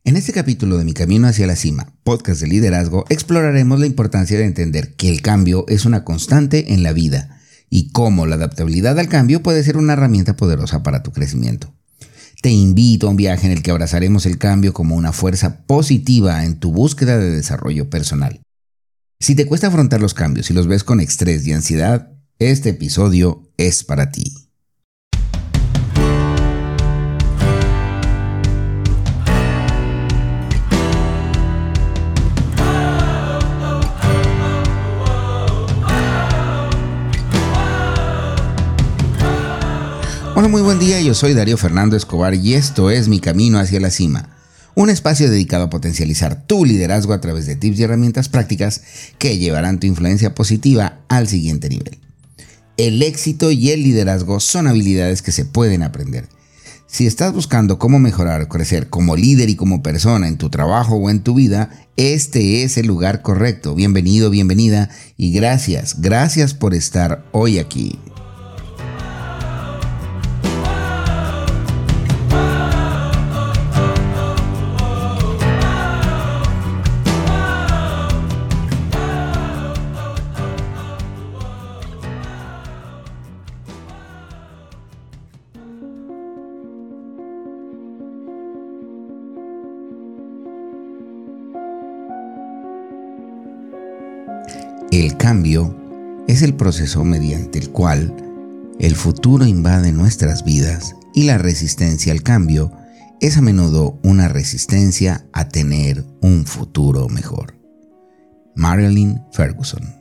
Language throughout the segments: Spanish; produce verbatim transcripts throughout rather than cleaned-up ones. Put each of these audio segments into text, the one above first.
En este capítulo de Mi Camino hacia la Cima, podcast de liderazgo, exploraremos la importancia de entender que el cambio es una constante en la vida y cómo la adaptabilidad al cambio puede ser una herramienta poderosa para tu crecimiento. Te invito a un viaje en el que abrazaremos el cambio como una fuerza positiva en tu búsqueda de desarrollo personal. Si te cuesta afrontar los cambios y los ves con estrés y ansiedad, este episodio es para ti. Hola, muy buen día, yo soy Darío Fernando Escobar y esto es Mi Camino hacia la Cima, un espacio dedicado a potencializar tu liderazgo a través de tips y herramientas prácticas que llevarán tu influencia positiva al siguiente nivel. El éxito y el liderazgo son habilidades que se pueden aprender. Si estás buscando cómo mejorar o crecer como líder y como persona en tu trabajo o en tu vida, este es el lugar correcto. Bienvenido, bienvenida y gracias, gracias por estar hoy aquí. El cambio es el proceso mediante el cual el futuro invade nuestras vidas y la resistencia al cambio es a menudo una resistencia a tener un futuro mejor. Marilyn Ferguson.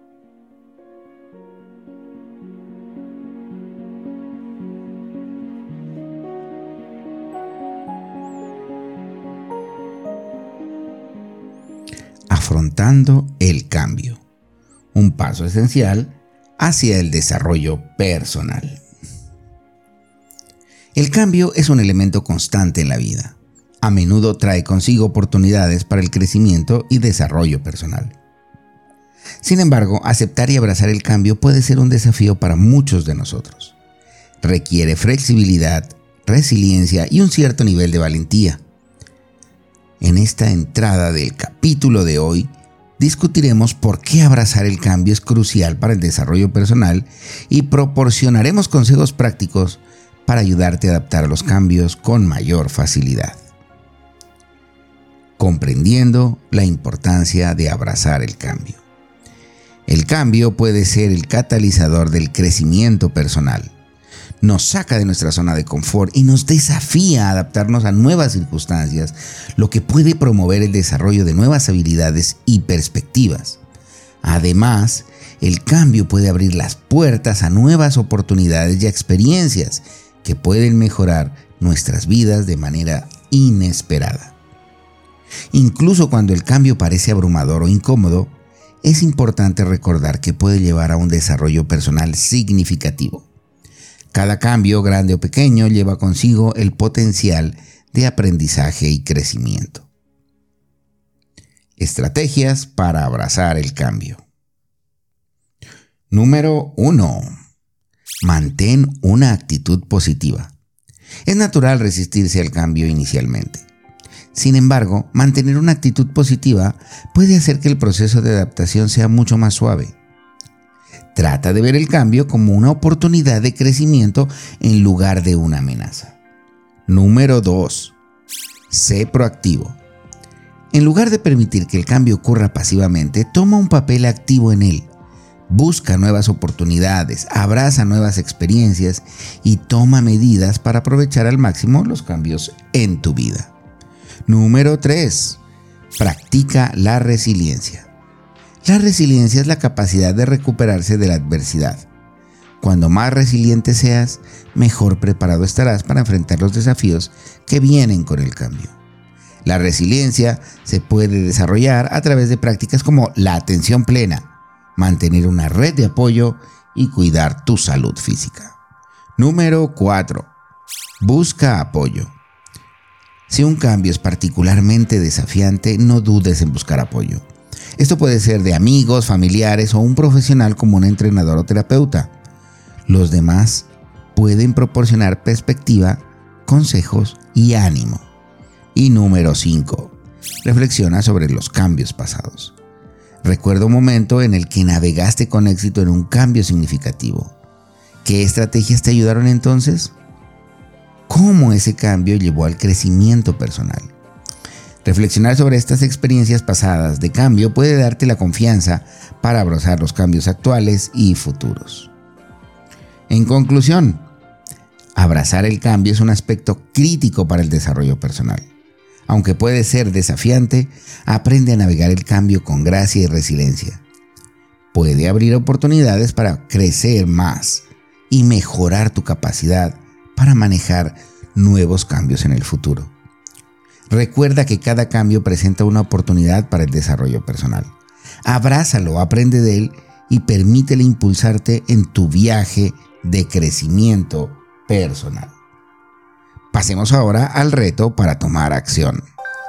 Afrontando el cambio. Un paso esencial hacia el desarrollo personal. El cambio es un elemento constante en la vida. A menudo trae consigo oportunidades para el crecimiento y desarrollo personal. Sin embargo, aceptar y abrazar el cambio puede ser un desafío para muchos de nosotros. Requiere flexibilidad, resiliencia y un cierto nivel de valentía. En esta entrada del capítulo de hoy, discutiremos por qué abrazar el cambio es crucial para el desarrollo personal y proporcionaremos consejos prácticos para ayudarte a adaptar a los cambios con mayor facilidad. Comprendiendo la importancia de abrazar el cambio. El cambio puede ser el catalizador del crecimiento personal. Nos saca de nuestra zona de confort y nos desafía a adaptarnos a nuevas circunstancias, lo que puede promover el desarrollo de nuevas habilidades y perspectivas. Además, el cambio puede abrir las puertas a nuevas oportunidades y experiencias que pueden mejorar nuestras vidas de manera inesperada. Incluso cuando el cambio parece abrumador o incómodo, es importante recordar que puede llevar a un desarrollo personal significativo. Cada cambio, grande o pequeño, lleva consigo el potencial de aprendizaje y crecimiento. Estrategias para abrazar el cambio. Número uno. Mantén una actitud positiva. Es natural resistirse al cambio inicialmente. Sin embargo, mantener una actitud positiva puede hacer que el proceso de adaptación sea mucho más suave. Trata de ver el cambio como una oportunidad de crecimiento en lugar de una amenaza. Número dos. Sé proactivo. En lugar de permitir que el cambio ocurra pasivamente, toma un papel activo en él. Busca nuevas oportunidades, abraza nuevas experiencias y toma medidas para aprovechar al máximo los cambios en tu vida. Número tres. Practica la resiliencia. La resiliencia es la capacidad de recuperarse de la adversidad. Cuando más resiliente seas, mejor preparado estarás para enfrentar los desafíos que vienen con el cambio. La resiliencia se puede desarrollar a través de prácticas como la atención plena, mantener una red de apoyo y cuidar tu salud física. Número cuatro. Busca apoyo. Si un cambio es particularmente desafiante, no dudes en buscar apoyo. Esto puede ser de amigos, familiares o un profesional como un entrenador o terapeuta. Los demás pueden proporcionar perspectiva, consejos y ánimo. Y número cinco. Reflexiona sobre los cambios pasados. Recuerda un momento en el que navegaste con éxito en un cambio significativo. ¿Qué estrategias te ayudaron entonces? ¿Cómo ese cambio llevó al crecimiento personal? Reflexionar sobre estas experiencias pasadas de cambio puede darte la confianza para abrazar los cambios actuales y futuros. En conclusión, abrazar el cambio es un aspecto crítico para el desarrollo personal. Aunque puede ser desafiante, aprende a navegar el cambio con gracia y resiliencia. Puede abrir oportunidades para crecer más y mejorar tu capacidad para manejar nuevos cambios en el futuro. Recuerda que cada cambio presenta una oportunidad para el desarrollo personal. Abrázalo, aprende de él y permítele impulsarte en tu viaje de crecimiento personal. Pasemos ahora al reto para tomar acción.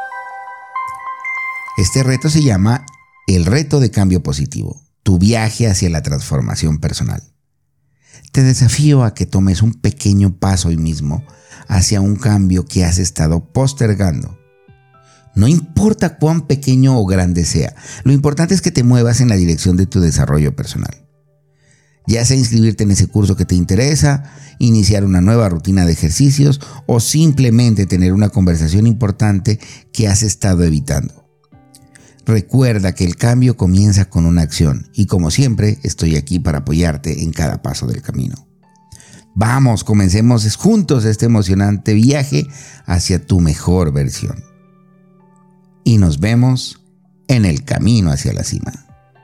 Este reto se llama el reto de cambio positivo, tu viaje hacia la transformación personal. Te desafío a que tomes un pequeño paso hoy mismo hacia un cambio que has estado postergando. No importa cuán pequeño o grande sea, lo importante es que te muevas en la dirección de tu desarrollo personal. Ya sea inscribirte en ese curso que te interesa, iniciar una nueva rutina de ejercicios o simplemente tener una conversación importante que has estado evitando. Recuerda que el cambio comienza con una acción y como siempre estoy aquí para apoyarte en cada paso del camino. Vamos, comencemos juntos este emocionante viaje hacia tu mejor versión. Y nos vemos en el camino hacia la cima.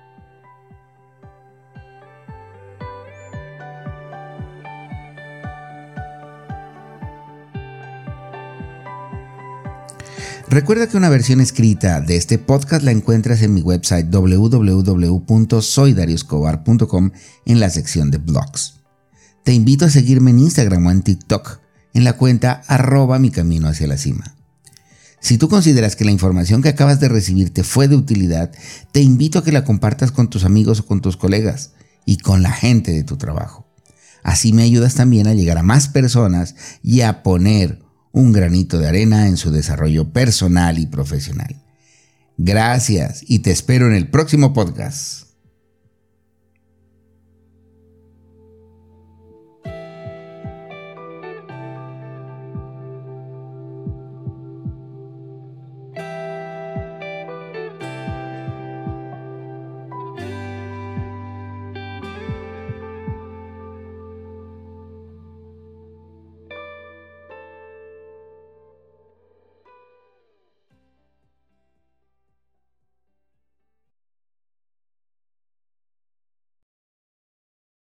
Recuerda que una versión escrita de este podcast la encuentras en mi website doble u doble u doble u punto soy dario escobar punto com en la sección de blogs. Te invito a seguirme en Instagram o en TikTok en la cuenta arroba mi camino hacia la cima. Si tú consideras que la información que acabas de recibir te fue de utilidad, te invito a que la compartas con tus amigos o con tus colegas y con la gente de tu trabajo. Así me ayudas también a llegar a más personas y a poner un granito de arena en su desarrollo personal y profesional. Gracias y te espero en el próximo podcast.